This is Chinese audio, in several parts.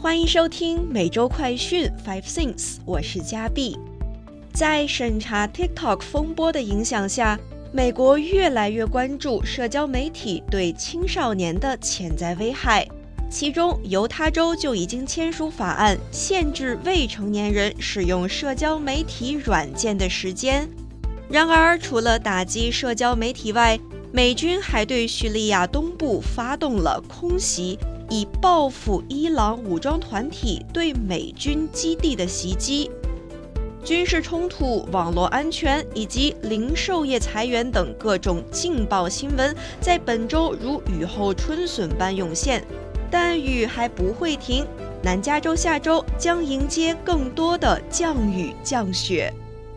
欢迎收听每周快讯 Five Things， 我是嘉碧。在审查 TikTok 风波的影响下，美国越来越关注社交媒体对青少年的潜在危害。其中，犹他州就已经签署法案，限制未成年人使用社交媒体软件的时间。然而，除了打击社交媒体外，美军还对叙利亚东部发动了空袭，以报复伊朗武装团体对美军基地的袭击。军事冲突、网络安全以及零售业裁员等各种劲爆新闻，在本周如雨后春笋般涌现。但雨还不会停，南加州下周将迎接更多的降雨降雪。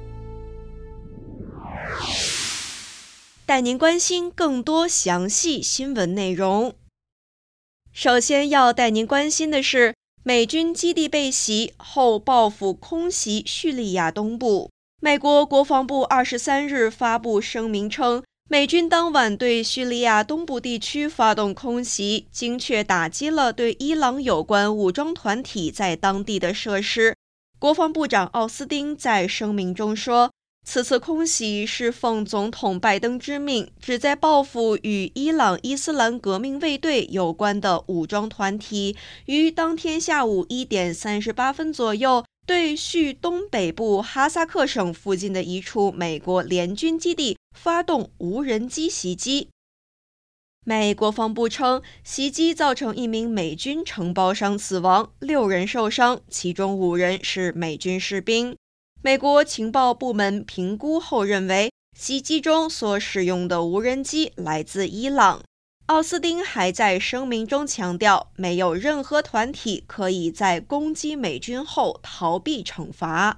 带您关心更多详细新闻内容。首先要带您关心的是，美军基地被袭后报复空袭叙利亚东部。美国国防部23日发布声明称，美军当晚对叙利亚东部地区发动空袭，精确打击了对伊朗有关武装团体在当地的设施。国防部长奥斯汀在声明中说，此次空袭是奉总统拜登之命，旨在报复与伊朗伊斯兰革命卫队有关的武装团体，于当天下午1点38分左右，对叙东北部哈萨克省附近的一处美国联军基地发动无人机袭击。美国防部称，袭击造成1名美军承包商死亡，6人受伤，其中5人是美军士兵。美国情报部门评估后认为，袭击中所使用的无人机来自伊朗。奥斯汀还在声明中强调，没有任何团体可以在攻击美军后逃避惩罚。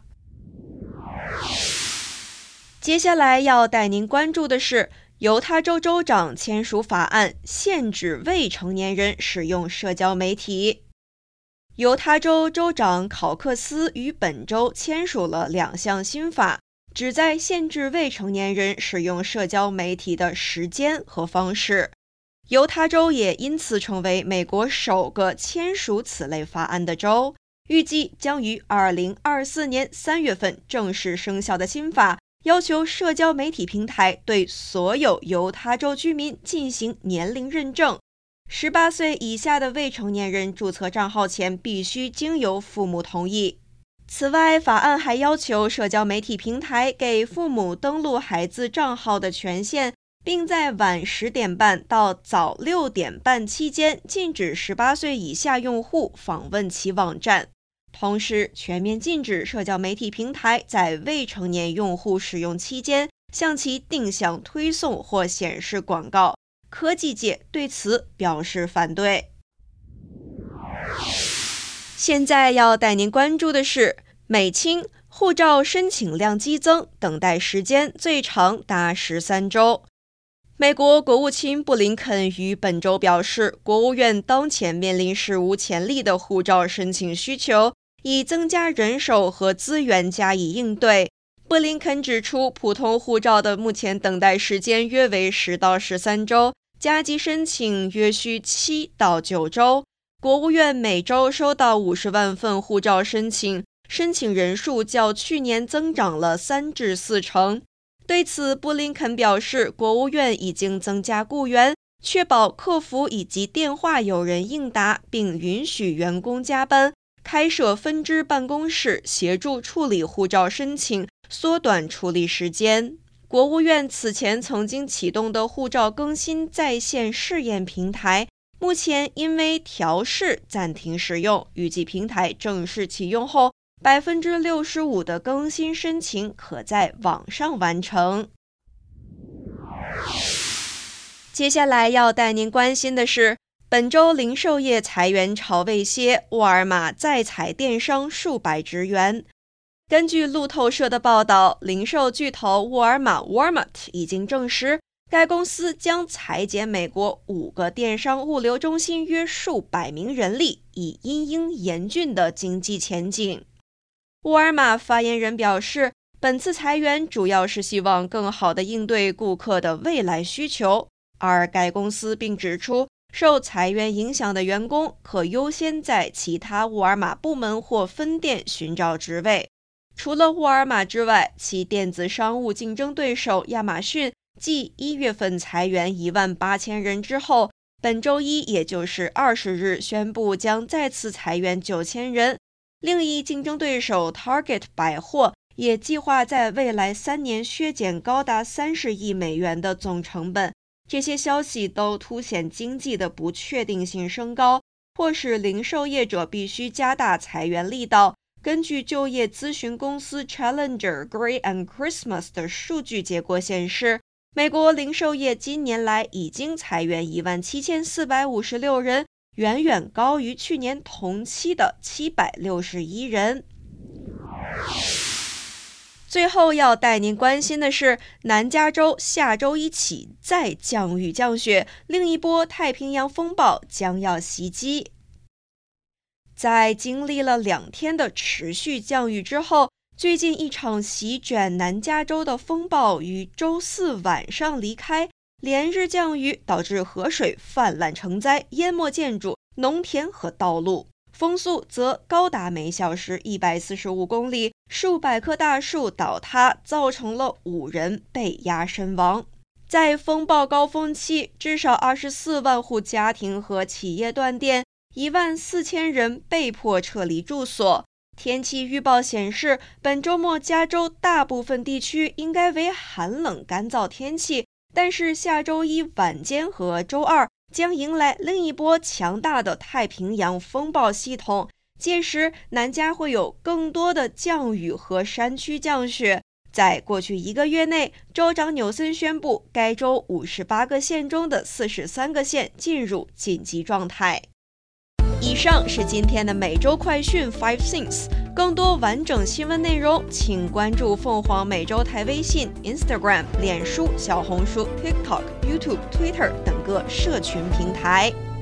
接下来要带您关注的是，犹他州州长签署法案，限制未成年人使用社交媒体。犹他州州长考克斯于本周签署了2项新法，旨在限制未成年人使用社交媒体的时间和方式。犹他州也因此成为美国首个签署此类法案的州。预计将于2024年3月份正式生效的新法，要求社交媒体平台对所有犹他州居民进行年龄认证。18岁以下的未成年人注册账号前必须经由父母同意。此外，法案还要求社交媒体平台给父母登录孩子账号的权限，并在晚10点半到早6点半期间禁止18岁以下用户访问其网站。同时，全面禁止社交媒体平台在未成年用户使用期间向其定向推送或显示广告。科技界对此表示反对。现在要带您关注的是，美青护照申请量激增，等待时间最长达13周。美国国务卿布林肯于本周表示，国务院当前面临史无前例的护照申请需求，以增加人手和资源加以应对。布林肯指出，普通护照的目前等待时间约为10到13周，加急申请约需7到9周。国务院每周收到50万份护照申请，申请人数较去年增长了3至4成。对此，布林肯表示，国务院已经增加雇员，确保客服以及电话有人应答，并允许员工加班，开设分支办公室协助处理护照申请，缩短处理时间。国务院此前曾经启动的护照更新在线试验平台，目前因为调试暂停使用，预计平台正式启用后，65%的更新申请可在网上完成。接下来要带您关心的是，本周零售业裁员潮未歇，沃尔玛再裁电商数百职员。根据路透社的报道，零售巨头沃尔玛 Walmart 已经证实，该公司将裁减美国5个电商物流中心约数百名人力，以因应严峻的经济前景。沃尔玛发言人表示，本次裁员主要是希望更好地应对顾客的未来需求，而该公司并指出， 受裁员影响的员工可优先在其他沃尔玛部门或分店寻找职位。除了沃尔玛之外，其电子商务竞争对手亚马逊继1月份裁员18000人之后，本周一也就是20日宣布将再次裁员9000人。另一竞争对手 Target 百货也计划在未来3年削减高达30亿美元的总成本。这些消息都凸显经济的不确定性升高，迫使零售业者必须加大裁员力道。根据就业咨询公司 Challenger Gray and Christmas 的数据结果显示，美国零售业今年来已经裁员17456人，远远高于去年同期的761人。最后要带您关心的是，南加州下周一起再降雨降雪，另一波太平洋风暴将要袭击。在经历了2天的持续降雨之后，最近一场席卷南加州的风暴于周四晚上离开，连日降雨导致河水泛滥成灾，淹没建筑、农田和道路，风速则高达每小时145公里，数百棵大树倒塌，造成了5人被压身亡。在风暴高峰期，至少24万户家庭和企业断电，14000人被迫撤离住所。天气预报显示，本周末加州大部分地区应该为寒冷干燥天气，但是下周一晚间和周二将迎来另一波强大的太平洋风暴系统，届时南加会有更多的降雨和山区降雪。在过去1个月内，州长纽森宣布该州58个县中的43个县进入紧急状态。以上是今天的每周快讯 Five Things， 更多完整新闻内容请关注凤凰美洲台微信、Instagram、脸书、小红书、TikTok、YouTube、Twitter 等各社群平台。